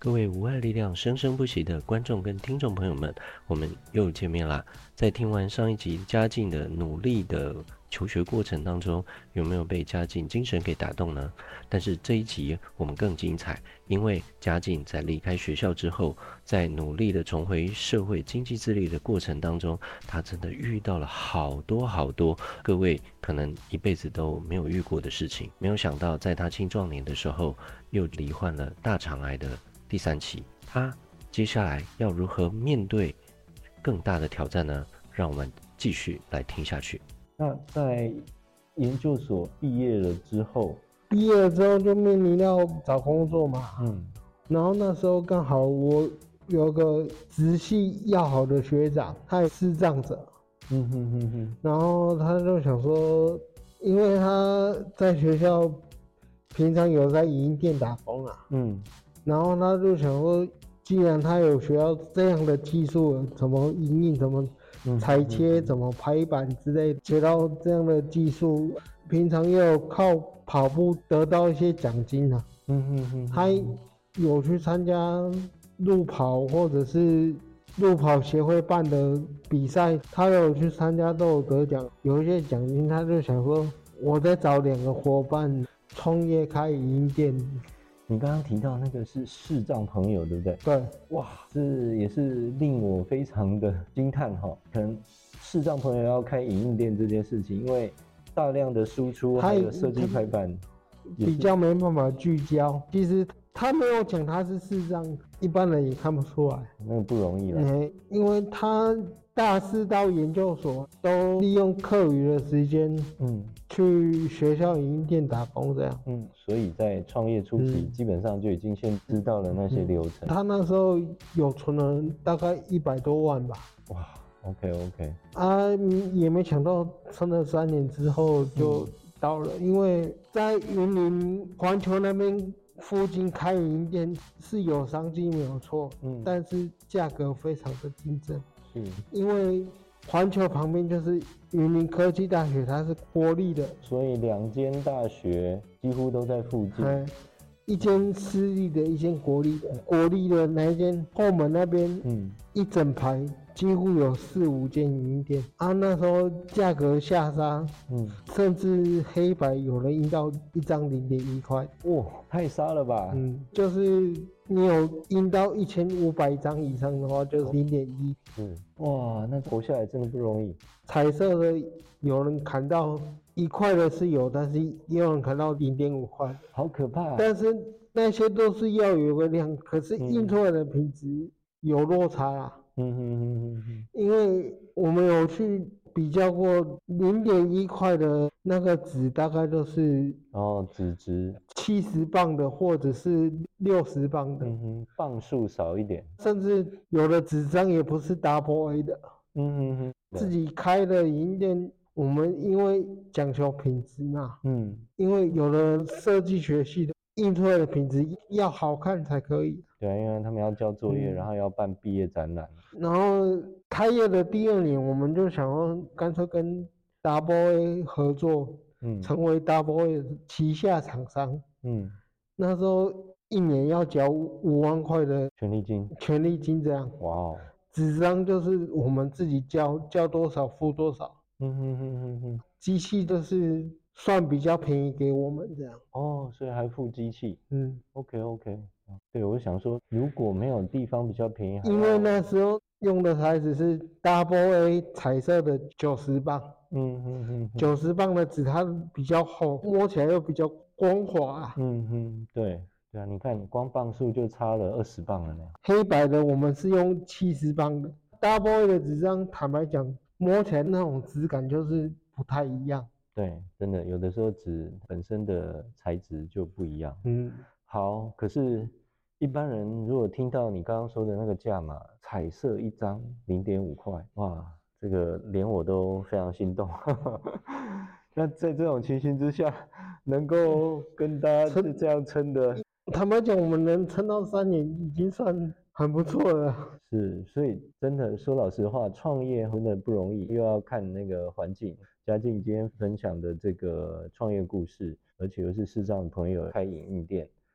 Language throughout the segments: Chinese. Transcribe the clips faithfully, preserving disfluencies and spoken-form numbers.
各位无爱力量生生不息的观众跟听众朋友们，我们又见面啦。在听完上一集嘉靖的努力的求学过程当中，有没有被嘉靖精神给打动呢？但是这一集我们更精彩，因为嘉靖在离开学校之后，在努力的重回社会经济自立的过程当中，他真的遇到了好多好多各位可能一辈子都没有遇过的事情。没有想到在他青壮年的时候，又罹患了大肠癌的第三期，他接下来要如何面对更大的挑战呢？让我们继续来听下去。 那在研究所毕业了之后， 毕业了之后就面临要找工作嘛， 嗯， 然后那时候刚好我有个直系要好的学长，他也是障者， 嗯哼哼哼， 然后他就想说，因为他在学校平常有在影音店打工啊， 嗯， 然后他就想说，既然他有学到这样的技术，怎么影印，怎么裁切，怎么排版之类的，学到这样的技术，平常又有靠跑步得到一些奖金啊。 嗯哼哼， 他有去参加路跑或者是路跑协会办的比赛，他有去参加都有得奖，有一些奖金，他就想说，我再找两个伙伴创业开影音店。 你刚刚提到那个是视障朋友，对不对？ 对， 哇，这也是令我非常的惊叹哈。可能视障朋友要开影印店这件事情，因为大量的输出还有设计排版， 比较没办法聚焦。其实他没有讲他是视障，一般人也看不出来。 那个不容易了。 嗯，因为他大四到研究所都利用课余的时间，嗯，去学校影音店打工这样。 嗯，所以在创业初期，嗯、基本上就已经先知道了那些流程。 嗯、他那时候有存了大概一百多万吧。 哇 ，OK OK。 啊，也没想到撑了三年之后就到了，嗯、因为在云林环球那边附近开影音店是有商机没有错，嗯，但是价格非常的竞争。 嗯， 因为环球旁边就是云林科技大学，它是国立的， 所以两间大学几乎都在附近。 嗯，一间私立的，一间国立的。国立的那一间后门那边，嗯，一整排几乎有四五间影音店啊。那时候价格下杀，嗯，甚至黑白有人印到一张零点一块， 哇，太杀了吧？ 嗯，就是你有印到一千五百张以上的话，就是零点一。 嗯，哇，那活下来真的不容易。 彩色的有人砍到一块的是有，但是也有人砍到零点五块， 好可怕。 但是那些都是要有个量，可是印出来的品质有落差啊。嗯哼哼哼哼，因为我们有去比较过零点一块的那个纸，大概都是哦纸质七十磅的或者是六十磅的， 嗯哼，磅数少一点， 甚至有的纸张也不是 double A 的。嗯哼哼，自己开的影音店，我们因为讲求品质嘛，嗯，因为有的设计学系的印出来的品质要好看才可以。 对啊，因为他们要交作业，嗯、然后要办毕业展览。 然后开业的第二年，我们就想说，干脆跟 Double A 合作，嗯，成为 Double A 旗下厂商。嗯，那时候一年要缴五万块的权利金， 权利金这样。哇哦，纸张就是我们自己交，交多少付多少。嗯哼哼哼哼，机器就是算比较便宜给我们这样。 哦，所以还付机器。嗯 ，OK OK。对，我想说，如果没有地方比较便宜， 因为那时候用的材质是 Double A 彩色的九十磅，嗯嗯嗯，九十磅的纸它比较厚，摸起来又比较光滑、啊。 嗯哼，对对啊，你看光磅数就差了二十磅了呢。 黑白的我们是用七十磅的 ，Double A 的纸张，坦白讲，摸起来那种质感就是不太一样。 对，真的有的时候纸本身的材质就不一样。嗯，好，可是。一般人如果听到你刚刚说的那个价码，彩色一张零点五块，哇，这个连我都非常心动。那在这种情形之下，能够跟大家是这样撑的， 坦白讲，我们能撑到三年已经算很不错了。 是，所以真的说老实话，创业真的不容易，又要看那个环境。嘉靖今天分享的这个创业故事，而且又是视障朋友开影印店。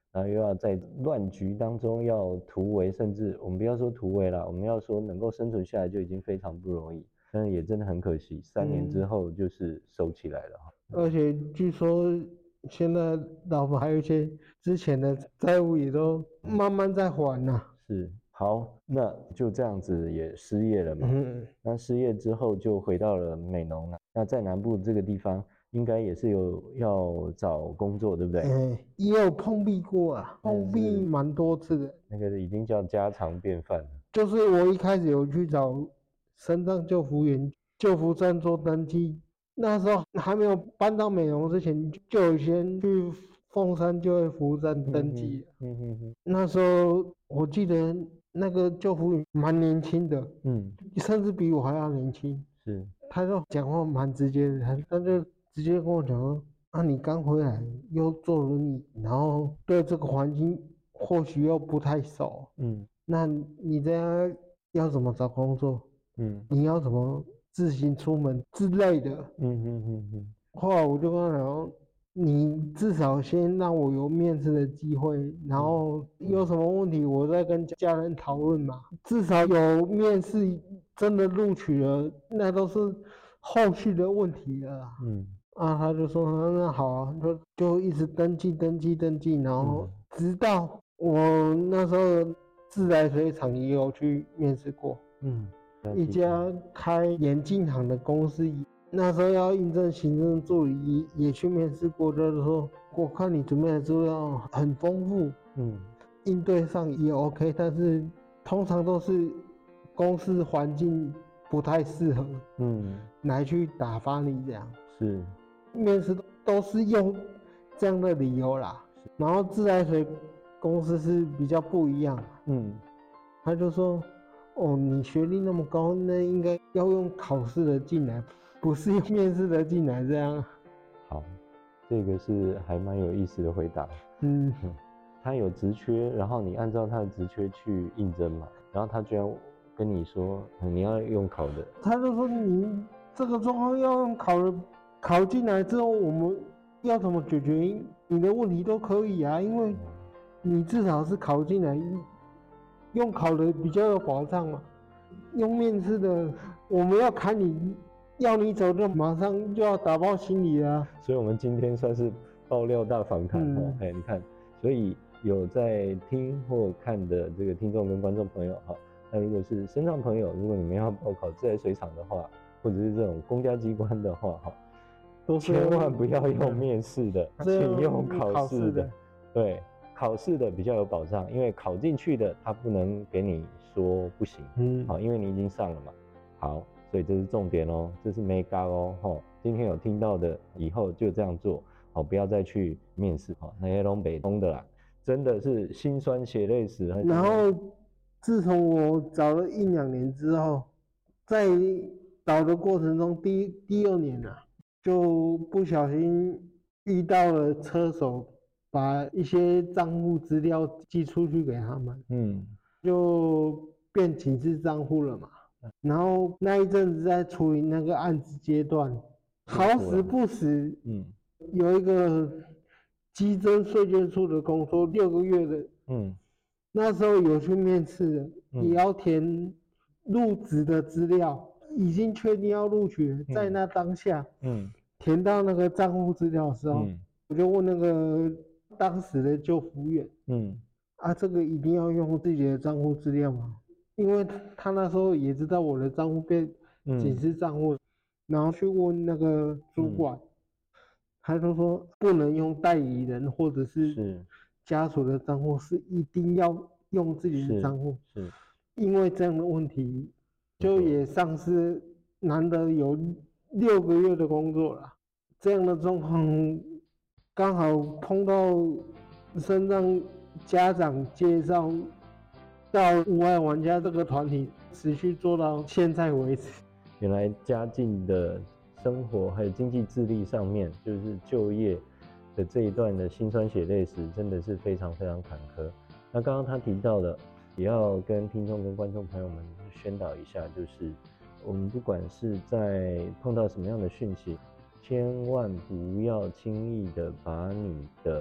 然后又要在乱局当中要突围，甚至我们不要说突围啦，我们要说能够生存下来就已经非常不容易。但是也真的很可惜，三年之后就是收起来了。 嗯、而且据说现在老板还有一些之前的债务也都慢慢在还呐、啊。 是，好，那就这样子也失业了嘛。嗯，那失业之后就回到了美浓了。那在南部这个地方，应该也是有要找工作，对不对？ 嗯，也有碰壁过啊，碰壁蛮多次的。 那个已经叫家常便饭了。 就是我一开始有去找身障救服员救服站做登记，那时候还没有搬到美浓之前，就有先去凤山就业服务站登记。嗯嗯嗯。那时候我记得那个救服员蛮年轻的，嗯，甚至比我还要年轻。是，他就讲话蛮直接的，他他就直接跟我讲说：“啊，你刚回来又坐轮椅，然后对这个环境或许又不太熟，嗯，那你这样要怎么找工作？嗯，你要怎么自行出门之类的？嗯嗯嗯嗯。后来我就跟他讲，你至少先让我有面试的机会，然后有什么问题我再跟家人讨论嘛。至少有面试真的录取了，那都是后续的问题了。嗯。啊，他就说那好啊，就就一直登记登记登记，然后直到我那时候自来水厂也有去面试过，嗯，一家开眼镜行的公司，那时候要应征行政助理也也去面试过，就是说我看你准备的资料很丰富，嗯，应对上也 OK， 但是通常都是公司环境不太适合，嗯，来去打发你这样。是。面试都是用这样的理由啦，然后自来水公司是比较不一样，嗯，他就说，哦，你学历那么高，那应该要用考试的进来，不是用面试的进来这样。 好，这个是还蛮有意思的回答。嗯，他有职缺，然后你按照他的职缺去应征嘛，然后他居然跟你说，嗯，你要用考的， 他就说你这个状况要用考的。考进来之后，我们要怎么解决你的问题都可以啊，因为你至少是考进来，用考的比较有保障嘛。用面试的，我们要砍你，要你走就马上就要打包行李啊。 所以我们今天算是爆料大访谈哦，哎、嗯，你看，所以有在听或看的这个听众跟观众朋友哈，那如果是身障朋友，如果你们要报考自来水厂的话，或者是这种公家机关的话哈。都千万不要用面试的，请用考试的。对，考试的比较有保障，因为考进去的他不能给你说不行，嗯，好，因为你已经上了嘛。好，所以这是重点哦，这是没嘎哦，吼，今天有听到的，以后就这样做，好，不要再去面试，哈，那些东北东的啦，真的是心酸血泪史。 然后自从我找了一两年之后，在找的过程中，第第二年啊。就不小心遇到了车手，把一些账户资料寄出去给他们，嗯，就变警示账户了嘛。然后那一阵子在处理那个案子阶段，好死不死，嗯，有一个稽征税捐处的工作，六个月的，嗯，那时候有去面试的，嗯、也要填入职的资料。已经确定要录取了，在那当下，嗯，填到那个账户资料的时候，嗯，我就问那个当时的救服员，嗯，啊，这个一定要用自己的账户资料吗？因为他那时候也知道我的账户被警示账户，嗯、然后去问那个主管，嗯、他就说不能用代理人或者是家属的账户，是一定要用自己的账户，是，是因为这样的问题。就也丧失难得有六个月的工作了，这样的状况刚好碰到身障家长介绍到无碍玩家这个团体，持续做到现在为止。 原来家境的生活还有经济自立上面，就是就业的这一段的辛酸血泪史，真的是非常非常坎坷。那刚刚他提到的，也要跟听众跟观众朋友们宣导一下，就是我们不管是在碰到什么样的讯息，千万不要轻易的把你的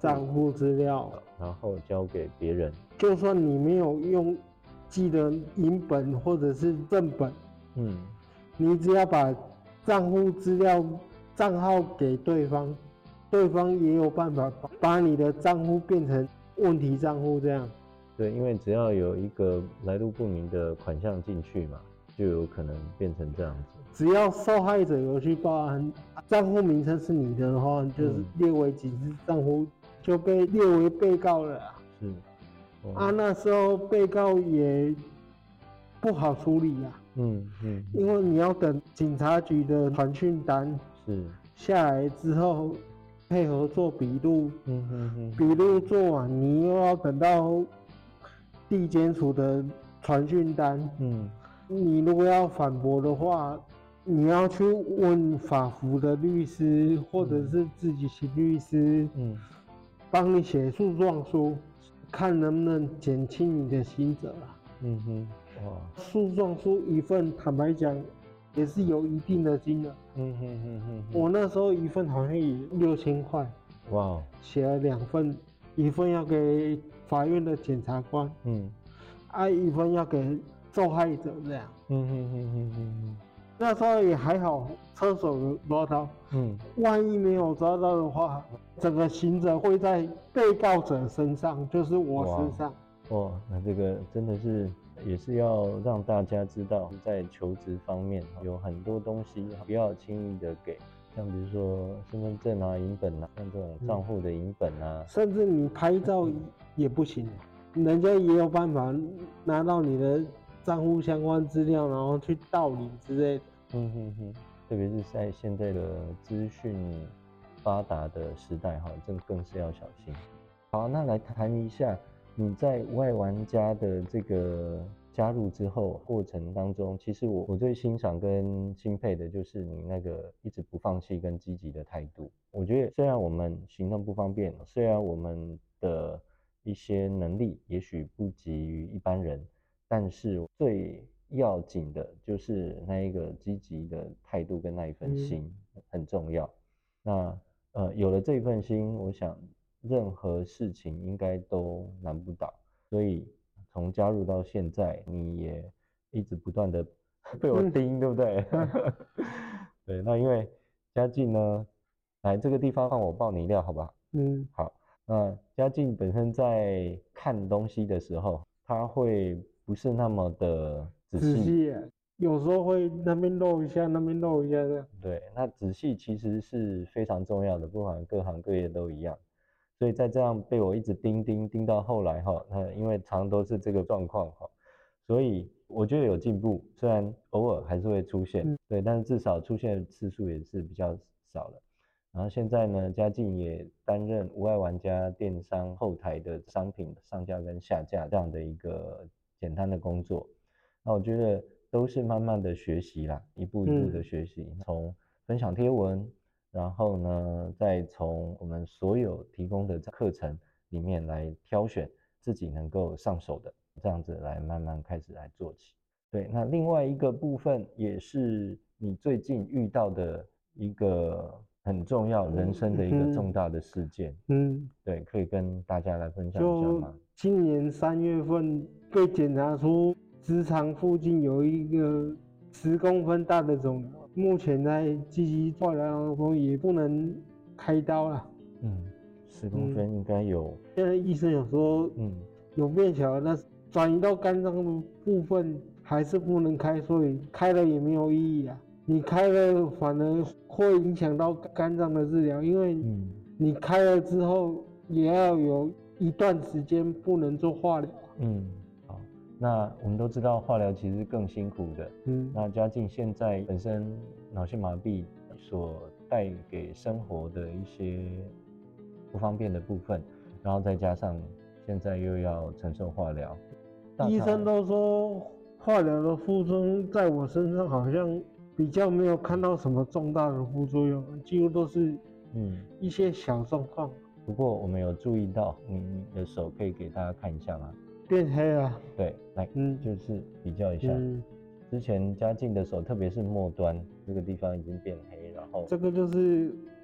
账户资料， 然后交给别人。 就算你没有用记得银本或者是正本，嗯，你只要把账户资料账号给对方，对方也有办法把你的账户变成问题账户这样。 对，因为只要有一个来路不明的款项进去嘛，就有可能变成这样子。 只要受害者有去报案，账户名称是你的话，就是列为警示账户，就被列为被告了啊。 是。哦、 啊，那时候被告也不好处理啊。嗯嗯。因为你要等警察局的传讯单是下来之后，配合做笔录。嗯嗯嗯。笔录做完，你又要等到地检署的传讯单。嗯。你如果要反驳的话，你要去问法服的律师，或者是自己请律师，嗯，帮你写诉状书，看能不能减轻你的刑责啊。嗯哼，哇，诉状书一份，坦白讲，也是有一定的金额。嗯哼哼哼，我那时候一份好像也六千块。哇，写了两份，一份要给法院的检察官，嗯，啊，一份要给受害者这样。嗯哼哼哼哼。那时候也还好，车手有抓到。嗯，万一没有抓到的话，整个刑责会在被告者身上，就是我身上。 哇，那这个真的是也是要让大家知道，在求职方面有很多东西不要轻易的给，像比如说身份证啊、银本啊，像这种账户的银本啊， 嗯、甚至你拍照也不行，人家也有办法拿到你的账户相关资料，然后去盗领之类的。 嗯哼哼，特别是在现在的资讯发达的时代哈，这更是要小心。好，那来谈一下你在无碍玩家的这个加入之后过程当中，其实我我最欣赏跟钦佩的就是你那个一直不放弃跟积极的态度。我觉得虽然我们行动不方便，虽然我们的一些能力也许不及于一般人，但是最要紧的就是那一个积极的态度跟那一份心、嗯、很重要。那呃有了这份心，我想任何事情应该都难不倒。所以从加入到现在，你也一直不断的被我盯、嗯、对不对？对，那因为嘉靖呢，来这个地方让我爆你料好不好？嗯，好。那嘉靖本身在看东西的时候，他会不是那么的仔细， 仔细有时候会那边漏一下，那边漏一下这样。 对，那仔细其实是非常重要的，不管各行各业都一样。所以在这样被我一直盯盯盯到后来哈，那因为常都是这个状况哈，所以我觉得有进步，虽然偶尔还是会出现，嗯、对，但是至少出现的次数也是比较少了。然后现在呢，嘉靖也担任无碍玩家电商后台的商品上架跟下架这样的一个简单的工作。那我觉得都是慢慢的学习啦，一步一步的学习，嗯、从分享贴文，然后呢，再从我们所有提供的课程里面来挑选自己能够上手的，这样子来慢慢开始来做起。对，那另外一个部分也是你最近遇到的一个很重要人生的一个重大的事件。嗯，对，可以跟大家来分享一下吗？ 今年三月份被检查出直肠附近有一个十公分大的肿瘤。目前在积极化疗当中，也不能开刀了。 嗯，十公分应该有。 嗯、现在医生有说，嗯，有变小，那转移到肝脏的部分还是不能开，所以开了也没有意义啊。你开了反而会影响到肝脏的治疗，因为你开了之后也要有一段时间不能做化疗。 嗯。那我们都知道化疗其实是更辛苦的，嗯，那嘉靖现在本身脑性麻痹所带给生活的一些不方便的部分，然后再加上现在又要承受化疗， 医生都说化疗的副作用在我身上好像比较没有看到什么重大的副作用，几乎都是嗯一些小状况。 不过我们有注意到你的手，可以给大家看一下吗？ 变黑了。 对，来，嗯，就是比较一下，嗯，之前嘉靖的手，特别是末端这个地方已经变黑，然后这个就是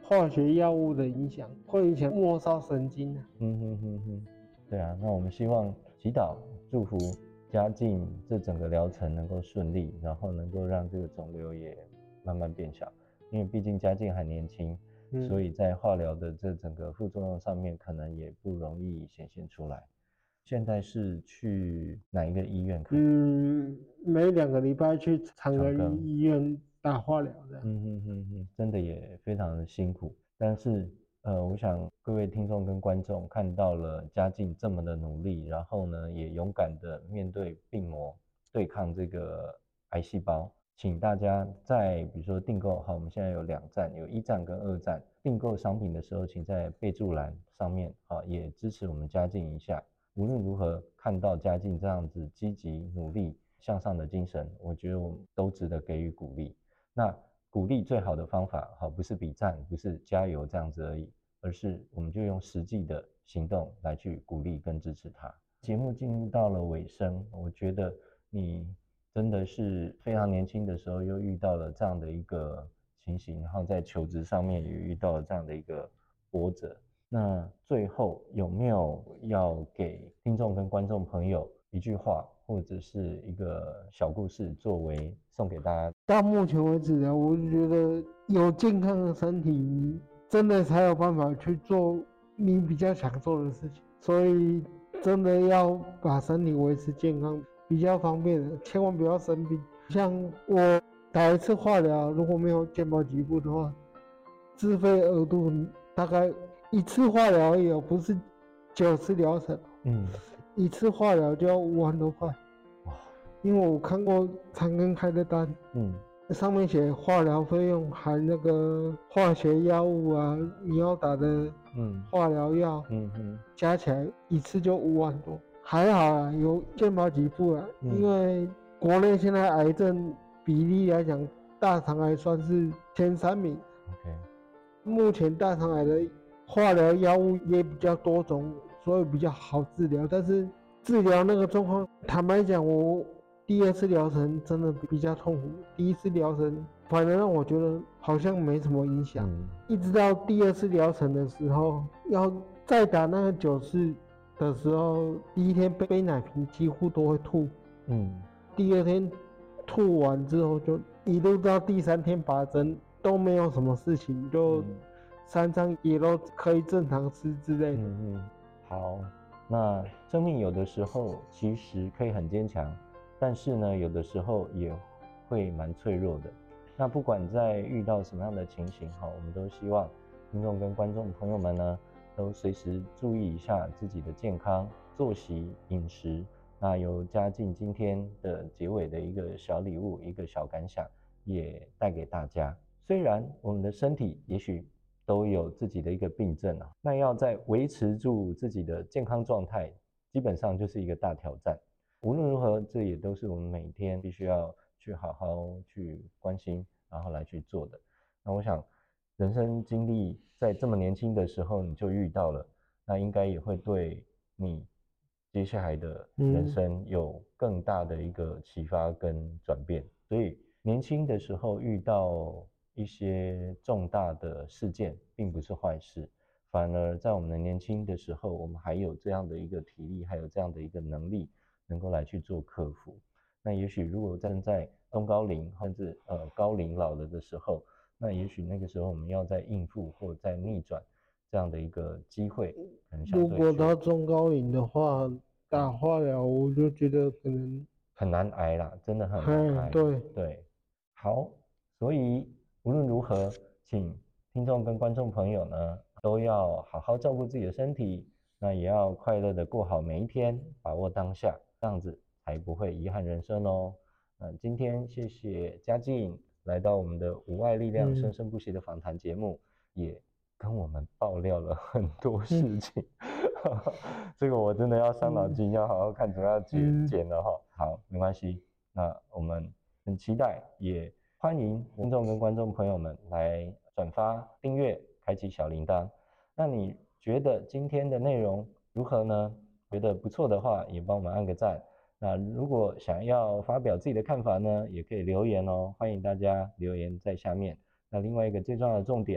化学药物的影响，会影响末梢神经啊。 嗯哼哼哼，对啊，那我们希望祈祷祝福嘉靖这整个疗程能够顺利，然后能够让这个肿瘤也慢慢变小，因为毕竟嘉靖还年轻，嗯、所以在化疗的这整个副作用上面可能也不容易显现出来。现在是去哪一个医院看？ 嗯，每两个礼拜去长庚医院打化疗的。 嗯哼哼哼，真的也非常的辛苦，但是呃，我想各位听众跟观众看到了嘉靖这么的努力，然后呢，也勇敢的面对病魔，对抗这个癌细胞。请大家在比如说订购，好，我们现在有两站，有一站跟二站，订购商品的时候，请在备注栏上面，好，也支持我们嘉靖一下。无论如何，看到嘉靖这样子积极努力向上的精神，我觉得我们都值得给予鼓励。那鼓励最好的方法，好，不是比赞，不是加油这样子而已，而是我们就用实际的行动来去鼓励跟支持他。节目进入到了尾声，我觉得你真的是非常年轻的时候又遇到了这样的一个情形，然后在求职上面也遇到了这样的一个波折。那最后有没有要给听众跟观众朋友一句话或者是一个小故事作为送给大家？ 到目前为止啊，我觉得有健康的身体真的才有办法去做你比较想做的事情，所以真的要把身体维持健康比较方便的，千万不要生病。像我打一次化疗，如果没有健保给付的话，自费额度大概一次化疗也有，不是九次疗程，嗯，一次化疗就要五万多块，哇！因为我看过长庚开的单，嗯，上面写化疗费用含那个化学药物啊，你要打的，嗯，化疗药，嗯嗯，加起来一次就五万多，还好啊，有健保给付啊，嗯、因为国内现在癌症比例来讲，大肠癌算是前三名 ，OK， 目前大肠癌的化疗药物也比较多种，所以比较好治疗。但是治疗那个状况，坦白讲，我第二次疗程真的比较痛苦。第一次疗程反而让我觉得好像没什么影响，嗯、一直到第二次疗程的时候，要再打那个九次的时候，第一天背奶瓶几乎都会吐，嗯，第二天吐完之后，就一路到第三天拔针都没有什么事情，就。嗯三餐也都可以正常吃之类的。嗯嗯， 好，那生命有的时候其实可以很坚强，但是呢，有的时候也会蛮脆弱的。那不管在遇到什么样的情形，哈，我们都希望听众跟观众朋友们呢，都随时注意一下自己的健康、作息、饮食。那由嘉靖今天的结尾的一个小礼物、一个小感想，也带给大家。虽然我们的身体也许都有自己的一个病症啊，那要在维持住自己的健康状态，基本上就是一个大挑战。无论如何，这也都是我们每天必须要去好好去关心，然后来去做的。那我想，人生经历在这么年轻的时候你就遇到了，那应该也会对你接下来的人生有更大的一个启发跟转变。所以年轻的时候遇到一些重大的事件并不是坏事，反而在我们的年轻的时候，我们还有这样的一个体力，还有这样的一个能力，能够来去做克服。那也许如果站在中高龄甚至呃高龄老了的时候，那也许那个时候我们要再应付或再逆转这样的一个机会，可能相对如果到中高龄的话，打化疗我就觉得可能很难挨啦，真的很难挨。 对对，好，所以无论如何，请听众跟观众朋友呢，都要好好照顾自己的身体，那也要快乐的过好每一天，把握当下，这样子才不会遗憾人生哦。那今天谢谢嘉靖来到我们的无爱力量生生不息的访谈节目，嗯、也跟我们爆料了很多事情，嗯、这个我真的要伤脑筋，嗯、要好好看怎么样剪剪了哈。好，没关系，那我们很期待也。欢迎听众跟观众朋友们来转发、订阅、开启小铃铛。那你觉得今天的内容如何呢？觉得不错的话，也帮我们按个赞。那如果想要发表自己的看法呢，也可以留言哦，欢迎大家留言在下面。那另外一个最重要的重点啊，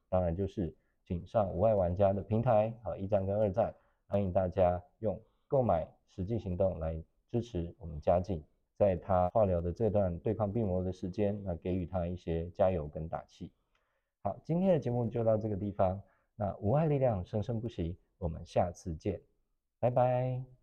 当然就是请上无碍玩家的平台，好，一站跟二站，欢迎大家用购买实际行动来支持我们嘉靖，在他化疗的这段对抗病魔的时间，那给予他一些加油跟打气。好，今天的节目就到这个地方，那无碍力量生生不息，我们下次见，拜拜。